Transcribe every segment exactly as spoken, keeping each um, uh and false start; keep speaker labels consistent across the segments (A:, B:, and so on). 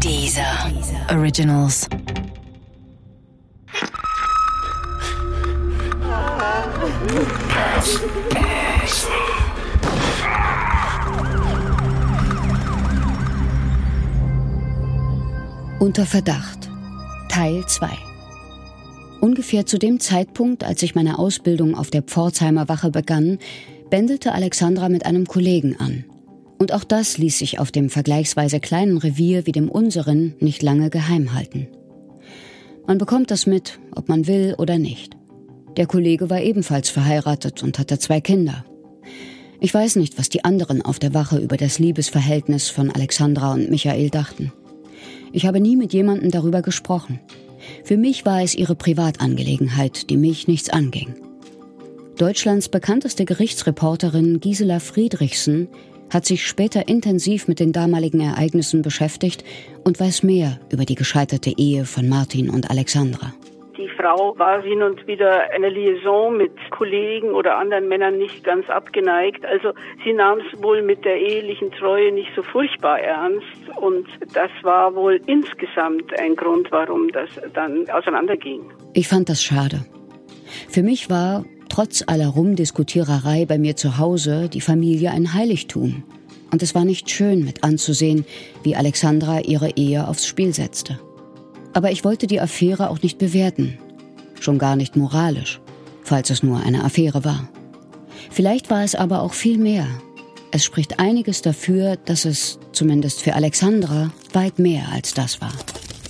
A: Deezer Originals.
B: Unter Verdacht, Teil zwei. Ungefähr zu dem Zeitpunkt, als ich meine Ausbildung auf der Pforzheimer Wache begann, bändelte Alexandra mit einem Kollegen an. Und auch das ließ sich auf dem vergleichsweise kleinen Revier wie dem unseren nicht lange geheim halten. Man bekommt das mit, ob man will oder nicht. Der Kollege war ebenfalls verheiratet und hatte zwei Kinder. Ich weiß nicht, was die anderen auf der Wache über das Liebesverhältnis von Alexandra und Michael dachten. Ich habe nie mit jemandem darüber gesprochen. Für mich war es ihre Privatangelegenheit, die mich nichts anging. Deutschlands bekannteste Gerichtsreporterin Gisela Friedrichsen hat sich später intensiv mit den damaligen Ereignissen beschäftigt und weiß mehr über die gescheiterte Ehe von Martin und Alexandra.
C: Die Frau war hin und wieder einer Liaison mit Kollegen oder anderen Männern nicht ganz abgeneigt. Also sie nahm es wohl mit der ehelichen Treue nicht so furchtbar ernst. Und das war wohl insgesamt ein Grund, warum das dann auseinanderging.
B: Ich fand das schade. Für mich war, trotz aller Rumdiskutiererei bei mir zu Hause, die Familie ein Heiligtum. Und es war nicht schön mit anzusehen, wie Alexandra ihre Ehe aufs Spiel setzte. Aber ich wollte die Affäre auch nicht bewerten. Schon gar nicht moralisch, falls es nur eine Affäre war. Vielleicht war es aber auch viel mehr. Es spricht einiges dafür, dass es, zumindest für Alexandra, weit mehr als das war.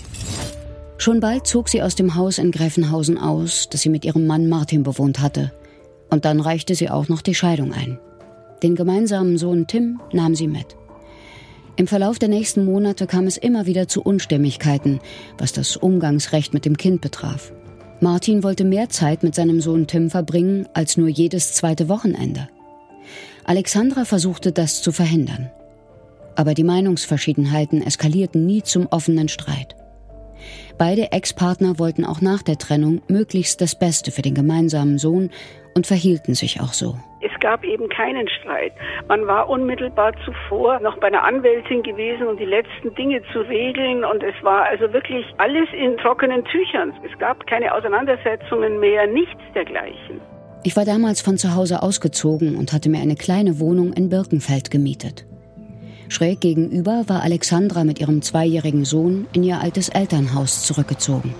B: Schon bald zog sie aus dem Haus in Gräfenhausen aus, das sie mit ihrem Mann Martin bewohnt hatte. Und dann reichte sie auch noch die Scheidung ein. Den gemeinsamen Sohn Tim nahm sie mit. Im Verlauf der nächsten Monate kam es immer wieder zu Unstimmigkeiten, was das Umgangsrecht mit dem Kind betraf. Martin wollte mehr Zeit mit seinem Sohn Tim verbringen als nur jedes zweite Wochenende. Alexandra versuchte, das zu verhindern. Aber die Meinungsverschiedenheiten eskalierten nie zum offenen Streit. Beide Ex-Partner wollten auch nach der Trennung möglichst das Beste für den gemeinsamen Sohn und verhielten sich auch so.
C: Es gab eben keinen Streit. Man war unmittelbar zuvor noch bei einer Anwältin gewesen, um die letzten Dinge zu regeln. Und es war also wirklich alles in trockenen Tüchern. Es gab keine Auseinandersetzungen mehr, nichts dergleichen.
B: Ich war damals von zu Hause ausgezogen und hatte mir eine kleine Wohnung in Birkenfeld gemietet. Schräg gegenüber war Alexandra mit ihrem zweijährigen Sohn in ihr altes Elternhaus zurückgezogen.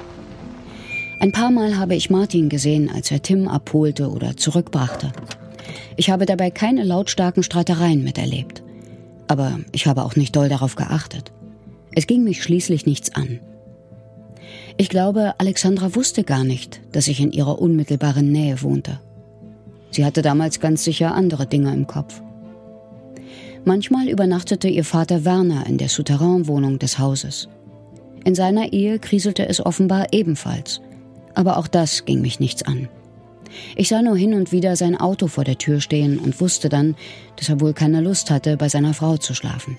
B: Ein paar Mal habe ich Martin gesehen, als er Tim abholte oder zurückbrachte. Ich habe dabei keine lautstarken Streitereien miterlebt. Aber ich habe auch nicht doll darauf geachtet. Es ging mich schließlich nichts an. Ich glaube, Alexandra wusste gar nicht, dass ich in ihrer unmittelbaren Nähe wohnte. Sie hatte damals ganz sicher andere Dinge im Kopf. Manchmal übernachtete ihr Vater Werner in der Souterrainwohnung des Hauses. In seiner Ehe kriselte es offenbar ebenfalls. Aber auch das ging mich nichts an. Ich sah nur hin und wieder sein Auto vor der Tür stehen und wusste dann, dass er wohl keine Lust hatte, bei seiner Frau zu schlafen.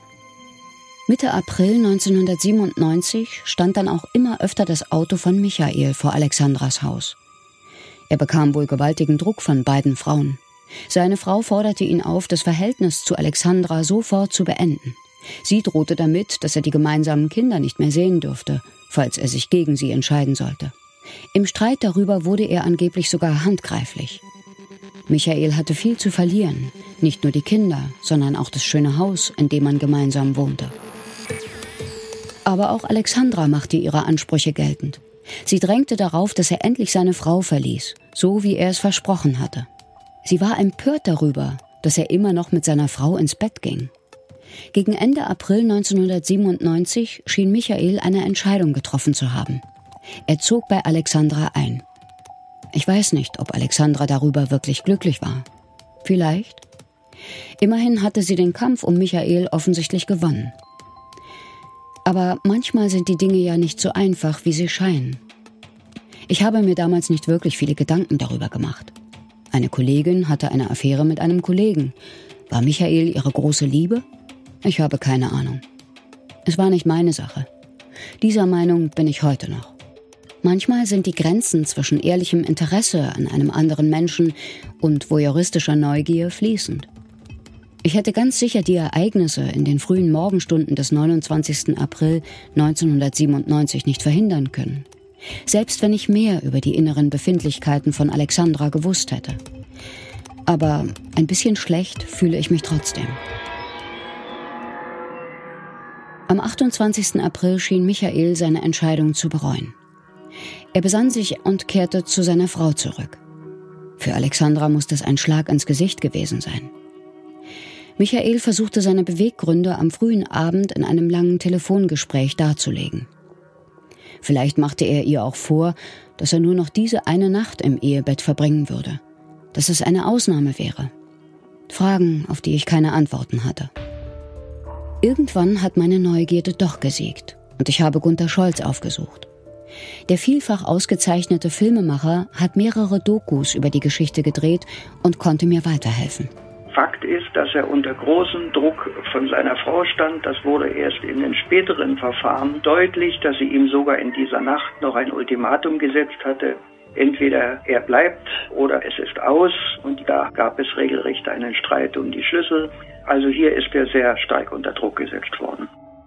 B: Mitte April neunzehnhundertsiebenundneunzig stand dann auch immer öfter das Auto von Michael vor Alexandras Haus. Er bekam wohl gewaltigen Druck von beiden Frauen. Seine Frau forderte ihn auf, das Verhältnis zu Alexandra sofort zu beenden. Sie drohte damit, dass er die gemeinsamen Kinder nicht mehr sehen dürfte, falls er sich gegen sie entscheiden sollte. Im Streit darüber wurde er angeblich sogar handgreiflich. Michael hatte viel zu verlieren, nicht nur die Kinder, sondern auch das schöne Haus, in dem man gemeinsam wohnte. Aber auch Alexandra machte ihre Ansprüche geltend. Sie drängte darauf, dass er endlich seine Frau verließ, so wie er es versprochen hatte. Sie war empört darüber, dass er immer noch mit seiner Frau ins Bett ging. Gegen Ende April neunzehnhundertsiebenundneunzig schien Michael eine Entscheidung getroffen zu haben. Er zog bei Alexandra ein. Ich weiß nicht, ob Alexandra darüber wirklich glücklich war. Vielleicht. Immerhin hatte sie den Kampf um Michael offensichtlich gewonnen. Aber manchmal sind die Dinge ja nicht so einfach, wie sie scheinen. Ich habe mir damals nicht wirklich viele Gedanken darüber gemacht. Eine Kollegin hatte eine Affäre mit einem Kollegen. War Michael ihre große Liebe? Ich habe keine Ahnung. Es war nicht meine Sache. Dieser Meinung bin ich heute noch. Manchmal sind die Grenzen zwischen ehrlichem Interesse an einem anderen Menschen und voyeuristischer Neugier fließend. Ich hätte ganz sicher die Ereignisse in den frühen Morgenstunden des neunundzwanzigsten April neunzehnhundertsiebenundneunzig nicht verhindern können. Selbst wenn ich mehr über die inneren Befindlichkeiten von Alexandra gewusst hätte. Aber ein bisschen schlecht fühle ich mich trotzdem. Am achtundzwanzigsten April schien Michael seine Entscheidung zu bereuen. Er besann sich und kehrte zu seiner Frau zurück. Für Alexandra muss das ein Schlag ins Gesicht gewesen sein. Michael versuchte seine Beweggründe am frühen Abend in einem langen Telefongespräch darzulegen. Vielleicht machte er ihr auch vor, dass er nur noch diese eine Nacht im Ehebett verbringen würde. Dass es eine Ausnahme wäre. Fragen, auf die ich keine Antworten hatte. Irgendwann hat meine Neugierde doch gesiegt und ich habe Gunter Scholz aufgesucht. Der vielfach ausgezeichnete Filmemacher hat mehrere Dokus über die Geschichte gedreht und konnte mir weiterhelfen.
D: Fakt ist, dass er unter großem Druck von seiner Frau stand. Das wurde erst in den späteren Verfahren deutlich, dass sie ihm sogar in dieser Nacht noch ein Ultimatum gesetzt hatte. Entweder er bleibt oder es ist aus. Und da gab es regelrecht einen Streit um die Schlüssel. Also hier ist er sehr stark unter Druck gesetzt worden.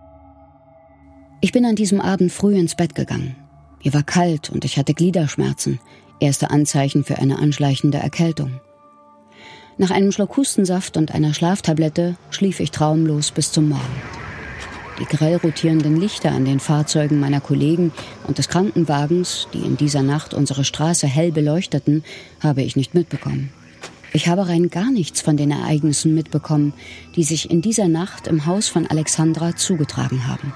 B: Ich bin an diesem Abend früh ins Bett gegangen. Mir war kalt und ich hatte Gliederschmerzen. Erste Anzeichen für eine anschleichende Erkältung. Nach einem Schluck Hustensaft und einer Schlaftablette schlief ich traumlos bis zum Morgen. Die grell rotierenden Lichter an den Fahrzeugen meiner Kollegen und des Krankenwagens, die in dieser Nacht unsere Straße hell beleuchteten, habe ich nicht mitbekommen. Ich habe rein gar nichts von den Ereignissen mitbekommen, die sich in dieser Nacht im Haus von Alexandra zugetragen haben.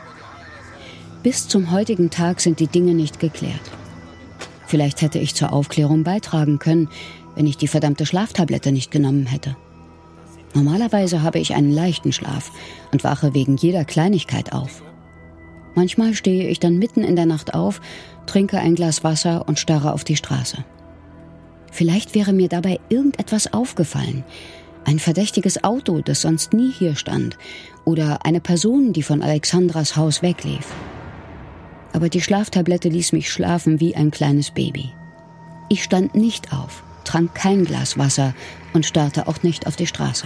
B: Bis zum heutigen Tag sind die Dinge nicht geklärt. Vielleicht hätte ich zur Aufklärung beitragen können, wenn ich die verdammte Schlaftablette nicht genommen hätte. Normalerweise habe ich einen leichten Schlaf und wache wegen jeder Kleinigkeit auf. Manchmal stehe ich dann mitten in der Nacht auf, trinke ein Glas Wasser und starre auf die Straße. Vielleicht wäre mir dabei irgendetwas aufgefallen. Ein verdächtiges Auto, das sonst nie hier stand. Oder eine Person, die von Alexandras Haus weglief. Aber die Schlaftablette ließ mich schlafen wie ein kleines Baby. Ich stand nicht auf, trank kein Glas Wasser und starrte auch nicht auf die Straße.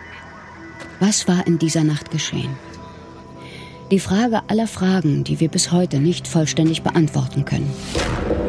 B: Was war in dieser Nacht geschehen? Die Frage aller Fragen, die wir bis heute nicht vollständig beantworten können.